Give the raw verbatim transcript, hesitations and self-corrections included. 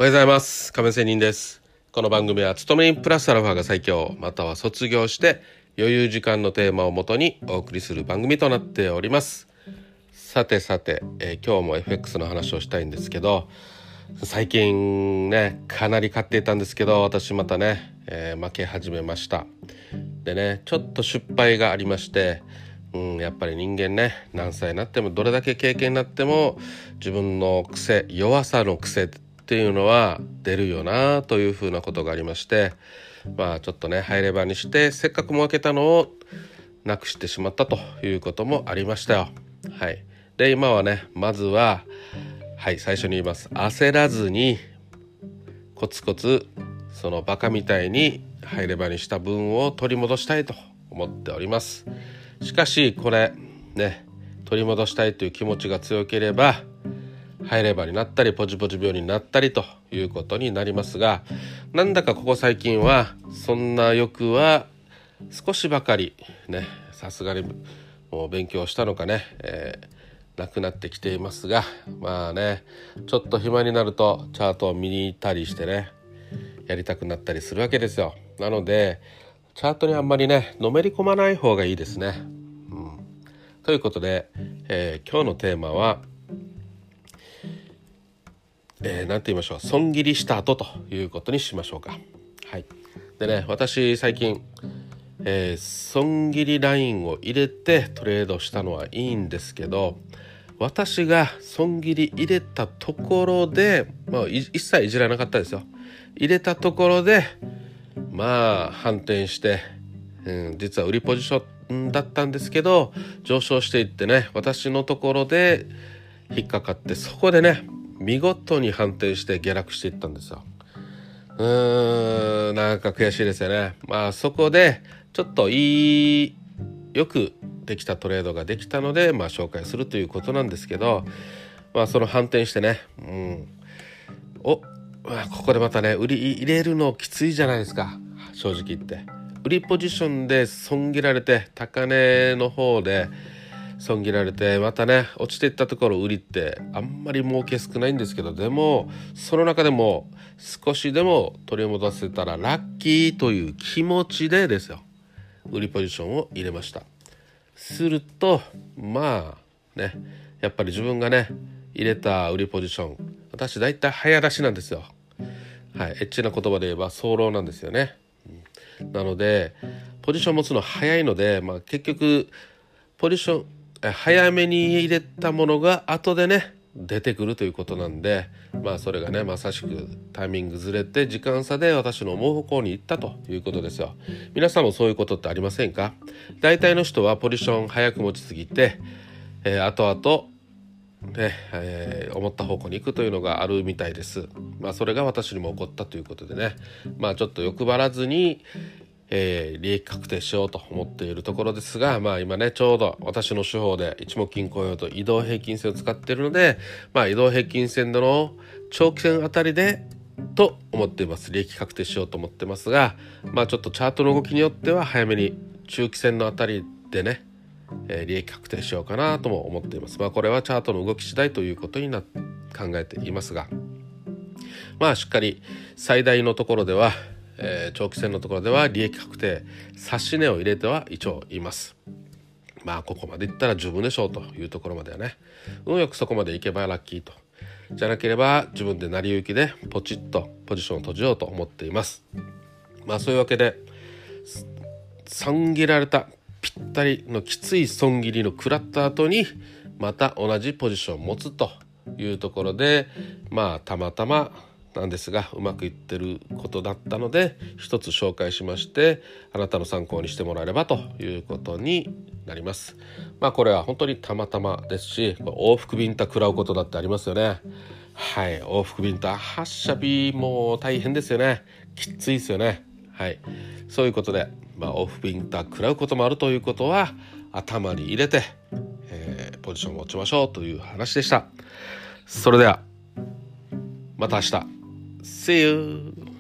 おはようございます。亀仙人です。この番組は勤め人プラスアルファが最強、または卒業して余裕時間のテーマをもとにお送りする番組となっております。さてさて、えー、今日も エフエックス の話をしたいんですけど、最近ねかなり買っていたんですけど、私またね、えー、負け始めました。でね、ちょっと失敗がありまして、うん、やっぱり人間ね、何歳になってもどれだけ経験になっても自分の癖、弱さの癖っていうのは出るよなというふうなことがありまして、まあちょっとね入れ歯にしてせっかく儲けたのをなくしてしまったということもありましたよ。はい。で今はね、まずははい最初に言います。焦らずにコツコツそのバカみたいに入れ歯にした分を取り戻したいと思っております。しかしこれね、取り戻したいという気持ちが強ければ入れ歯になったりポジポジ病になったりということになりますが、なんだかここ最近はそんな欲は少しばかりね、さすがにもう勉強したのかね、えー、なくなってきていますが、まあねちょっと暇になるとチャートを見に行ったりしてね、やりたくなったりするわけですよ。なのでチャートにあんまりねのめり込まない方がいいですね。うん、ということで、えー、今日のテーマはえー、なんて言いましょう、損切りした後ということにしましょうか。はい。でね、私最近、えー、損切りラインを入れてトレードしたのはいいんですけど、私が損切り入れたところで、まあ、一切いじらなかったですよ。入れたところでまあ反転して、うん、実は売りポジションだったんですけど上昇していってね、私のところで引っかかって、そこでね見事に反転して下落していったんですよ。うーん、なんか悔しいですよね。まあそこでちょっといいよくできたトレードができたので、まあ紹介するということなんですけど、まあその反転してね、うん、お、ここでまたね売り入れるのきついじゃないですか。正直言って売りポジションで損切られて、高値の方で損切られてまたね落ちていったところ売りってあんまり儲け少ないんですけど、でもその中でも少しでも取り戻せたらラッキーという気持ちでですよ、売りポジションを入れました。するとまあね、やっぱり自分がね入れた売りポジション、私だいたい早出しなんですよ。はい、エッチな言葉で言えば早漏なんですよね。なのでポジション持つの早いので、まあ、結局ポジション早めに入れたものが後でね出てくるということなんで、まあそれがねまさしくタイミングずれて時間差で私の思う方向に行ったということですよ。皆さんもそういうことってありませんか？大体の人はポジション早く持ちすぎて、えー、後々ねえー、思った方向に行くというのがあるみたいです。まあそれが私にも起こったということでね、まあちょっと欲張らずにえー、利益確定しようと思っているところですが、まあ今ねちょうど私の手法で一目金雇用と移動平均線を使っているので、まあ移動平均線での長期線あたりでと思っています。利益確定しようと思ってますが、まあちょっとチャートの動きによっては早めに中期線のあたりでね、えー、利益確定しようかなとも思っています。まあこれはチャートの動き次第ということにな考えていますが、まあしっかり最大のところではえー、長期戦のところでは利益確定指し値を入れては一応います。まあここまでいったら十分でしょうというところまではね、運よくそこまでいけばラッキーと、じゃなければ自分で成り行きでポチッとポジションを閉じようと思っています。まあそういうわけで損切られたぴったりのきつい損切りの食らった後にまた同じポジションを持つというところで、まあたまたまなんですがうまくいってることだったので一つ紹介しまして、あなたの参考にしてもらえればということになります。まあこれは本当にたまたまですし、往復ビンタ食らうことだってありますよね。はい、往復ビンタ発射日も大変ですよね。きついですよね。はい、そういうことで、まあ、往復ビンタ食らうこともあるということは頭に入れて、えー、ポジションを持ちましょうという話でした。それではまた明日。See you!